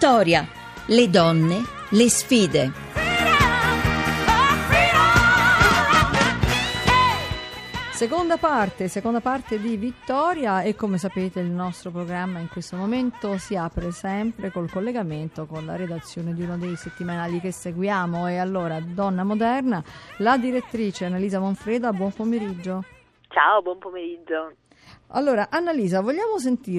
Vittoria, le donne, le sfide. Seconda parte di Vittoria, e come sapete il nostro programma in questo momento si apre sempre col collegamento con la redazione di uno dei settimanali che seguiamo. E allora, Donna Moderna, la direttrice Annalisa Monfreda, buon pomeriggio. Ciao, buon pomeriggio. Allora, Annalisa, vogliamo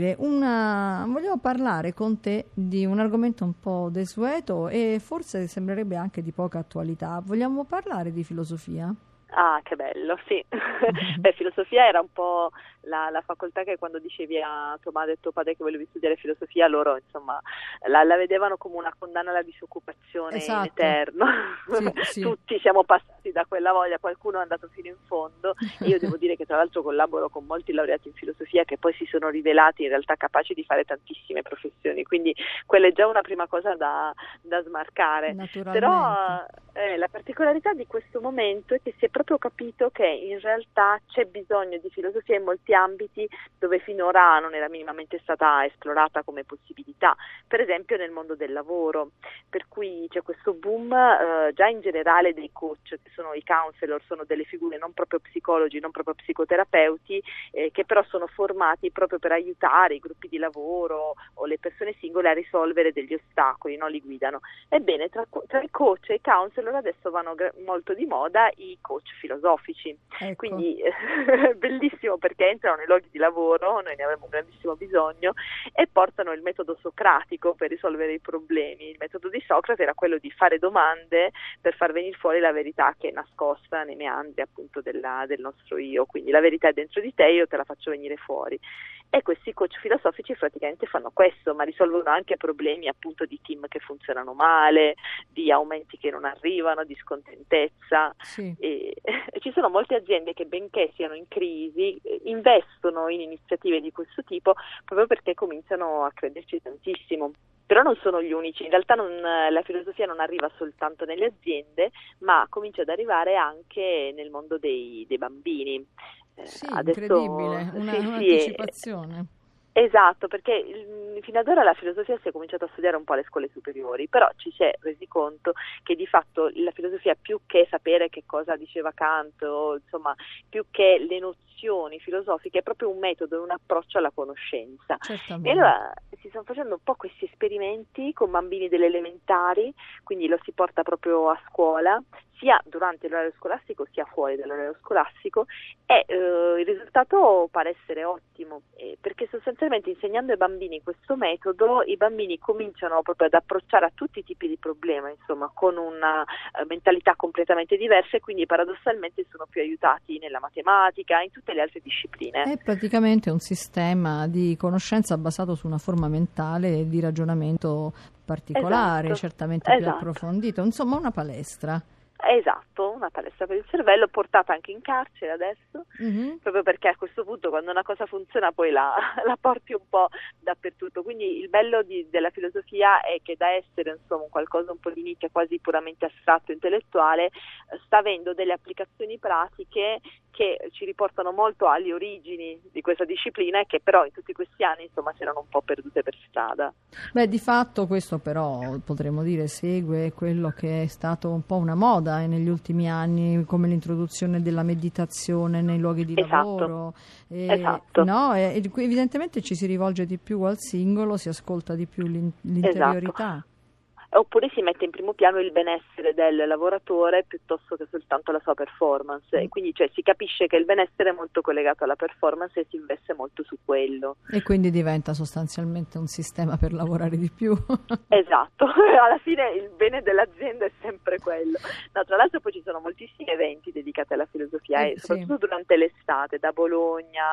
parlare con te di un argomento un po' desueto e forse sembrerebbe anche di poca attualità. Vogliamo parlare di filosofia? Ah, che bello, sì. Beh, filosofia era un po' la facoltà che quando dicevi a tua madre e tuo padre che volevi studiare filosofia, loro insomma la vedevano come una condanna alla disoccupazione, esatto, in eterno. Sì. Tutti siamo passati da quella voglia, qualcuno è andato fino in fondo. Io devo dire che tra l'altro collaboro con molti laureati in filosofia che poi si sono rivelati in realtà capaci di fare tantissime professioni, quindi quella è già una prima cosa da smarcare. Però la particolarità di questo momento è che si è proprio capito che in realtà c'è bisogno di filosofia in molti ambiti dove finora non era minimamente stata esplorata come possibilità, per esempio nel mondo del lavoro, per cui c'è questo boom già in generale dei coach, che sono i counselor, sono delle figure non proprio psicologi, non proprio psicoterapeuti, che però sono formati proprio per aiutare i gruppi di lavoro o le persone singole a risolvere degli ostacoli, non li guidano. Ebbene, tra i coach e i counselor adesso vanno molto di moda i coach filosofici, ecco. Quindi bellissimo perché entrano nei luoghi di lavoro, noi ne avremo un grandissimo bisogno, e portano il metodo socratico per risolvere i problemi. Il metodo di Socrate era quello di fare domande per far venire fuori la verità che è nascosta nei meandri appunto del nostro io, quindi la verità è dentro di te, io te la faccio venire fuori. E questi coach filosofici praticamente fanno questo, ma risolvono anche problemi appunto di team che funzionano male, di aumenti che non arrivano, di scontentezza. Sì. E ci sono molte aziende che, benché siano in crisi, investono in iniziative di questo tipo proprio perché cominciano a crederci tantissimo. Però non sono gli unici, in realtà la filosofia non arriva soltanto nelle aziende, ma comincia ad arrivare anche nel mondo dei bambini. Sì, adesso, incredibile, un'anticipazione. Esatto, perché fino ad ora la filosofia si è cominciato a studiare un po' alle scuole superiori, però ci si è resi conto che di fatto la filosofia, più che sapere che cosa diceva Kant, o insomma più che le nozioni filosofiche, è proprio un metodo, un approccio alla conoscenza. Certamente. E allora si stanno facendo un po' questi esperimenti con bambini delle elementari, quindi lo si porta proprio a scuola, sia durante l'orario scolastico sia fuori dall'orario scolastico, e il risultato pare essere ottimo, perché sostanzialmente insegnando ai bambini questo metodo, i bambini cominciano proprio ad approcciare a tutti i tipi di problema, insomma, con una mentalità completamente diversa, e quindi paradossalmente sono più aiutati nella matematica, in tutte le altre discipline. È praticamente un sistema di conoscenza basato su una forma mentale di ragionamento particolare, Esatto. certamente più approfondito, insomma una palestra. Esatto, una palestra per il cervello, portata anche in carcere adesso, proprio perché a questo punto quando una cosa funziona poi la porti un po' dappertutto. Quindi il bello della filosofia è che da essere insomma qualcosa un po' di nicchia, quasi puramente astratto, intellettuale, sta avendo delle applicazioni pratiche che ci riportano molto alle origini di questa disciplina, e che però in tutti questi anni insomma si erano un po' perdute per strada. Beh, di fatto questo però potremmo dire segue quello che è stato un po' una moda negli ultimi anni, come l'introduzione della meditazione nei luoghi di lavoro. Esatto. No? E evidentemente ci si rivolge di più al singolo, si ascolta di più l'interiorità. Esatto. Oppure si mette in primo piano il benessere del lavoratore piuttosto che soltanto la sua performance, e quindi si capisce che il benessere è molto collegato alla performance e si investe molto su quello. E quindi diventa sostanzialmente un sistema per lavorare di più. Esatto, alla fine il bene dell'azienda è sempre quello. No, tra l'altro poi ci sono moltissimi eventi dedicati alla filosofia, e soprattutto durante l'estate, da Bologna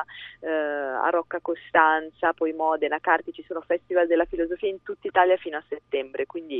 a Rocca Costanza, poi Modena, Carpi, ci sono festival della filosofia in tutta Italia fino a settembre, quindi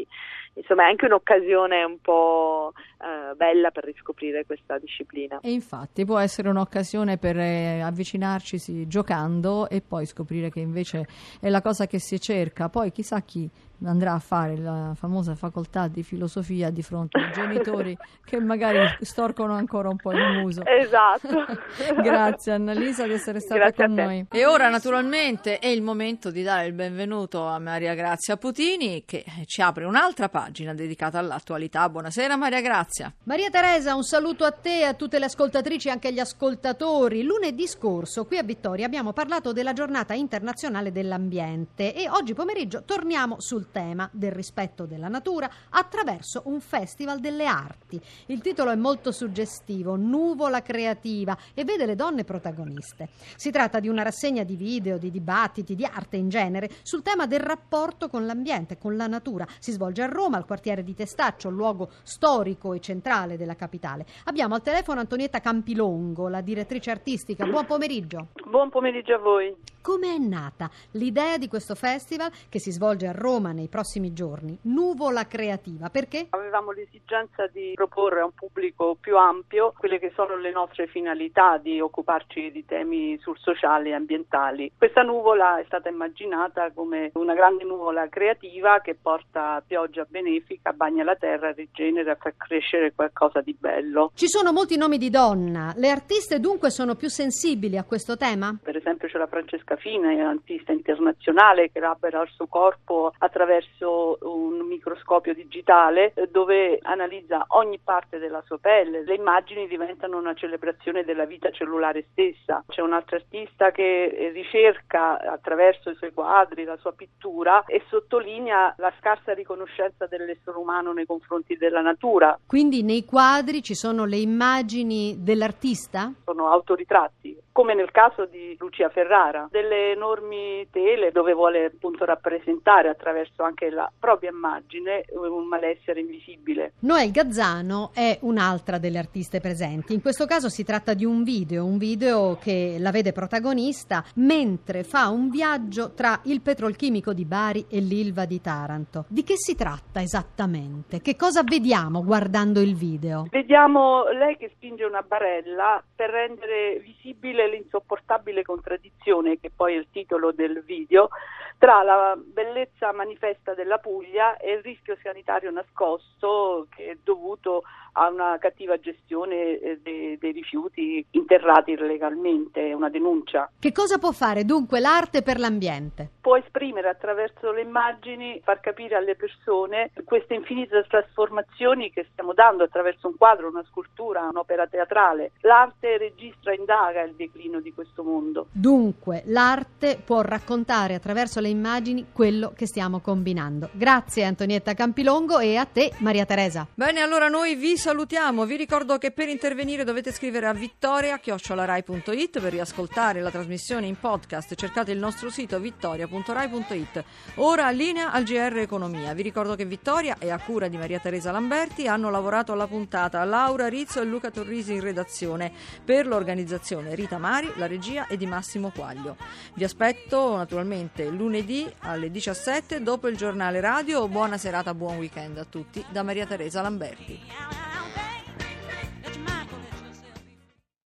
quindi insomma è anche un'occasione un po' bella per riscoprire questa disciplina. E infatti può essere un'occasione per avvicinarci giocando e poi scoprire che invece è la cosa che si cerca. Poi chissà chi andrà a fare la famosa facoltà di filosofia di fronte ai genitori che magari storcono ancora un po' il muso. Esatto. Grazie Annalisa di essere stata con noi. E ora naturalmente è il momento di dare il benvenuto a Maria Grazia Putini, che ci apre un'altra pagina dedicata all'attualità. Buonasera Maria Grazia. Maria Teresa, un saluto a te e a tutte le ascoltatrici e anche agli ascoltatori. Lunedì scorso qui a Vittoria abbiamo parlato della giornata internazionale dell'ambiente e oggi pomeriggio torniamo sul tema del rispetto della natura attraverso un festival delle arti. Il titolo è molto suggestivo, Nuvola creativa, e vede le donne protagoniste. Si tratta di una rassegna di video, di dibattiti, di arte in genere sul tema del rapporto con l'ambiente, con la natura. Si svolge a Roma, al quartiere di Testaccio, luogo storico e centrale della capitale. Abbiamo al telefono Antonietta Campilongo, la direttrice artistica. Buon pomeriggio. Buon pomeriggio a voi. Come è nata l'idea di questo festival che si svolge a Roma nei prossimi giorni? Nuvola creativa, perché? Avevamo l'esigenza di proporre a un pubblico più ampio quelle che sono le nostre finalità di occuparci di temi sul sociale e ambientali. Questa nuvola è stata immaginata come una grande nuvola creativa che porta pioggia benefica, bagna la terra, rigenera, fa crescere qualcosa di bello. Ci sono molti nomi di donna, le artiste dunque sono più sensibili a questo tema? Per esempio c'è la Francesca Fina, è un'artista internazionale che elabora il suo corpo attraverso un microscopio digitale dove analizza ogni parte della sua pelle. Le immagini diventano una celebrazione della vita cellulare stessa. C'è un'altra artista che ricerca attraverso i suoi quadri, la sua pittura e sottolinea la scarsa riconoscenza dell'essere umano nei confronti della natura. Quindi nei quadri ci sono le immagini dell'artista? Sono autoritratti, come nel caso di Lucia Ferrara, delle enormi tele dove vuole appunto rappresentare attraverso anche la propria immagine un malessere invisibile. Noel Gazzano è un'altra delle artiste presenti. In questo caso si tratta di un video che la vede protagonista mentre fa un viaggio tra il petrolchimico di Bari e l'Ilva di Taranto. Di che si tratta esattamente? Che cosa vediamo guardando il video? Vediamo lei che spinge una barella per rendere visibile l'insopportabile contraddizione, che poi è il titolo del video, tra la bellezza manifesta della Puglia e il rischio sanitario nascosto che è dovuto a una cattiva gestione dei rifiuti interrati illegalmente, una denuncia. Che cosa può fare dunque l'arte per l'ambiente? Può esprimere attraverso le immagini, far capire alle persone queste infinite trasformazioni che stiamo dando attraverso un quadro, una scultura, un'opera teatrale. L'arte registra e indaga il declino di questo mondo. Dunque l'arte può raccontare attraverso le immagini quello che stiamo combinando. Grazie Antonietta Campilongo e a te Maria Teresa. Bene, allora noi vi salutiamo. Vi ricordo che per intervenire dovete scrivere a vittoria@rai.it. Per riascoltare la trasmissione in podcast cercate il nostro sito vittoria.rai.it. Ora linea al GR Economia. Vi ricordo che Vittoria è a cura di Maria Teresa Lamberti. Hanno lavorato alla puntata Laura Rizzo e Luca Torrisi in redazione. Per l'organizzazione Rita Mari, la regia è di Massimo Quaglio. Vi aspetto naturalmente lunedì alle 17 dopo il giornale radio. Buona serata, buon weekend a tutti da Maria Teresa Lamberti.